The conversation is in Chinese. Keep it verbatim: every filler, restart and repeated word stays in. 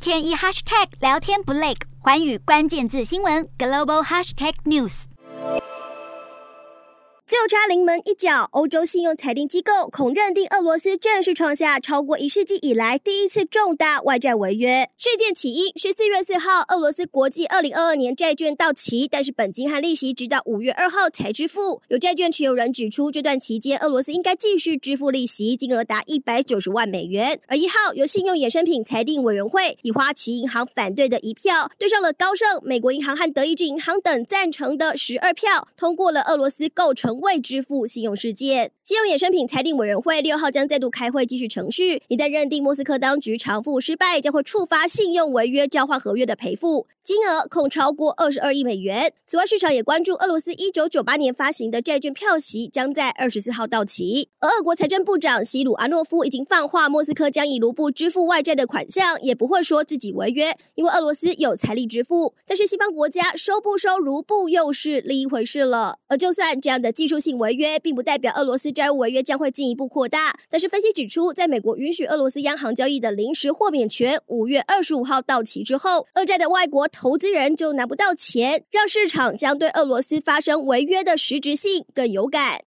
天一 hashtag 聊天不累，寰宇关键字新闻 global hashtag news。 就差临门一脚，欧洲信用裁定机构恐认定俄罗斯正式创下超过一世纪以来第一次重大外债违约。事件起因是四月四号，俄罗斯国际二零二二年债券到期，但是本金和利息直到五月二号才支付。有债券持有人指出，这段期间俄罗斯应该继续支付利息，金额达一百九十万美元。而一号，由信用衍生品裁定委员会以花旗银行反对的一票，对上了高盛、美国银行和德意志银行等赞成的十二票，通过了俄罗斯构成未支付信用事件。信用衍生品裁定委员会六号将再度开会继续程序，一旦认定莫斯科当局偿付失败，将会触发信用违约交换合约的赔付，金额恐超过二十二亿美元。此外，市场也关注俄罗斯一九九八年发行的债券票息将在二十四号到期，而俄国财政部长西鲁阿诺夫已经放话，莫斯科将以卢布支付外债的款项，也不会说自己违约，因为俄罗斯有财力支付。但是西方国家收不收卢布又是另一回事了。而就算这样的技术性违约，并不代表俄罗斯债务违约将会进一步扩大。但是分析指出，在美国允许俄罗斯央行交易的临时豁免权五月二十五号到期之后，俄债的外国投资人就拿不到钱，让市场将对俄罗斯发生违约的实质性更有感。